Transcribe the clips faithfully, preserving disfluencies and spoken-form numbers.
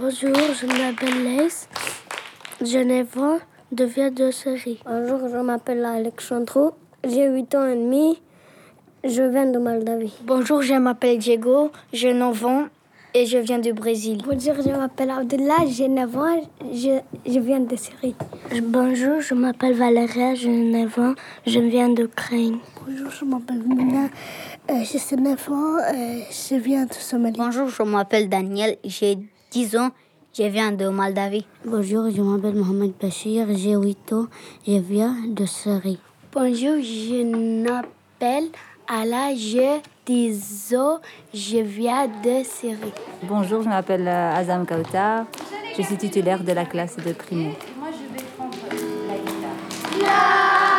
Bonjour, je m'appelle Leïs. J'ai neuf ans, je viens de Syrie. Bonjour, je m'appelle Alexandro. J'ai huit ans et demi. Je viens de Moldavie. Bonjour, je m'appelle Diego. J'ai neuf ans et je viens du Brésil. Bonjour, je m'appelle Abdullah. J'ai neuf ans. Je, je viens de Syrie. Bonjour, je m'appelle Valéria. J'ai neuf ans. Je viens d'Ukraine. Bonjour, je m'appelle Mina. Euh, j'ai neuf ans. Euh, je viens de Somalie. Bonjour, je m'appelle Daniel. J'ai dix ans. Je viens de Moldavie. Bonjour, je m'appelle Mohamed Bachir. J'ai huit ans. Je viens de Syrie. Bonjour, je m'appelle Ala. J'ai dix ans. Je viens de Syrie. Bonjour, je m'appelle Azam Kautar. Je suis titulaire de la classe de primaire. Moi, je vais prendre la guitare.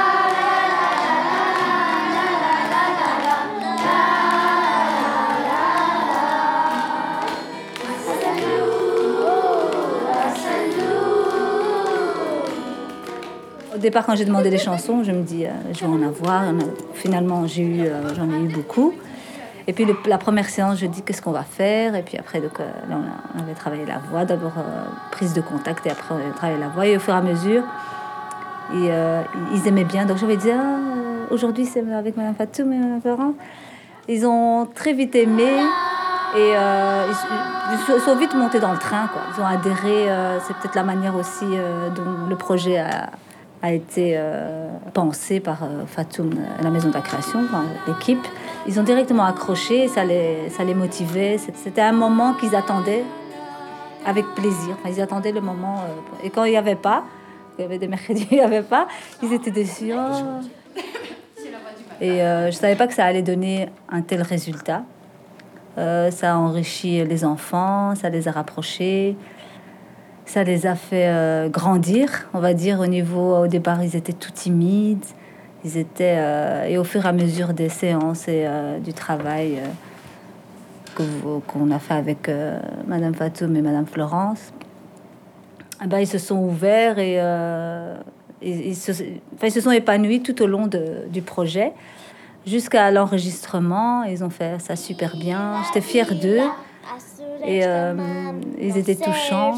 Au départ, quand j'ai demandé les chansons, je me dis, euh, je vais en avoir. Finalement, j'ai eu, euh, j'en ai eu beaucoup. Et puis le, la première séance, je dis qu'est-ce qu'on va faire. Et puis après, donc, euh, là, on, a, on avait travaillé la voix. D'abord, euh, prise de contact et après, on avait travaillé la voix. Et au fur et à mesure, et, euh, ils aimaient bien. Donc j'avais dit, ah, aujourd'hui, c'est avec Madame Fatoum et Madame Florence. Ils ont très vite aimé. Et euh, ils, ils sont vite montés dans le train, quoi. Ils ont adhéré. Euh, c'est peut-être la manière aussi euh, dont le projet a... a été euh, pensé par euh, Fatoum, la maison de la création, enfin, l'équipe. Ils ont directement accroché, ça les, ça les motivait. C'était un moment qu'ils attendaient avec plaisir. Enfin, ils attendaient le moment. Euh, et quand il n'y avait pas, il y avait des mercredis, il n'y avait pas, ils étaient déçus. Oh. Et euh, je ne savais pas que ça allait donner un tel résultat. Euh, ça a enrichi les enfants, ça les a rapprochés. Ça les a fait euh, grandir, on va dire, au niveau... Au départ, ils étaient tout timides. Ils étaient... Euh, et au fur et à mesure des séances et euh, du travail euh, que, qu'on a fait avec euh, Madame Fatoum et Madame Florence, eh ben, ils se sont ouverts et, euh, ils, ils, se, enfin, ils se sont épanouis tout au long de, du projet, jusqu'à l'enregistrement. Ils ont fait ça super bien. J'étais fière d'eux. Et euh, ils étaient touchants.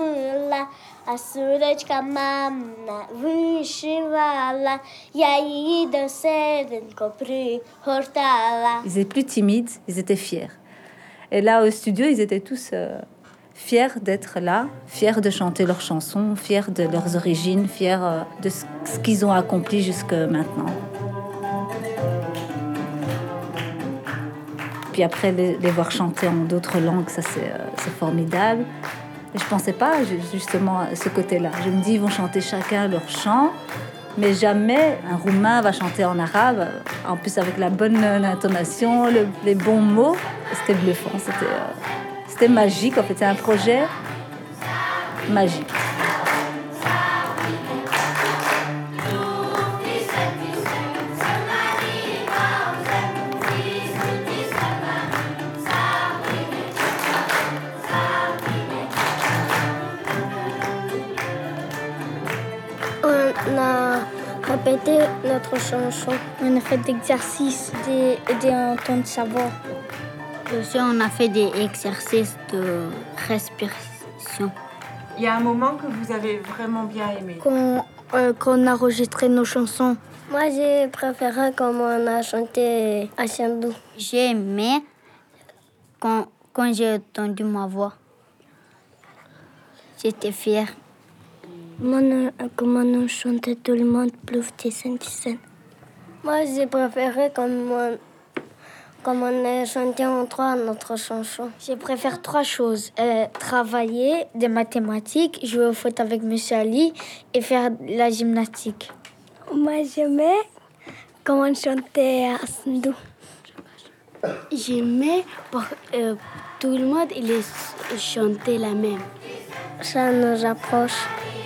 Ils étaient plus timides, ils étaient fiers. Et là, au studio, ils étaient tous euh, fiers d'être là, fiers de chanter leurs chansons, fiers de leurs origines, fiers euh, de ce, ce qu'ils ont accompli jusque maintenant. Puis après, les, les voir chanter en d'autres langues, ça c'est, euh, c'est formidable. Et je ne pensais pas justement à ce côté-là. Je me dis, ils vont chanter chacun leur chant, mais jamais un Roumain va chanter en arabe, en plus avec la bonne intonation, le, les bons mots. C'était bluffant, c'était, euh, c'était magique. En fait, c'est un projet magique. On a répété notre chanson. On a fait des exercices, des, des entendre savoir. Aussi, on a fait des exercices de respiration. Il y a un moment que vous avez vraiment bien aimé. Quand, euh, quand on a enregistré nos chansons. Moi, j'ai préféré comment on a chanté à Chandou. J'ai aimé quand, quand j'ai entendu ma voix. J'étais fière. Comment on chantait tout le monde, plus de scène, scène. Moi, j'ai préféré comme on, comme on a chanté en trois notre chanson. Je préfère trois choses. Euh, travailler, des mathématiques, jouer au foot avec Monsieur Ali et faire de la gymnastique. Moi, j'aimais comment on chantait à Sandou. J'aimais pour euh, tout le monde, il chantait la même. Ça nous approche.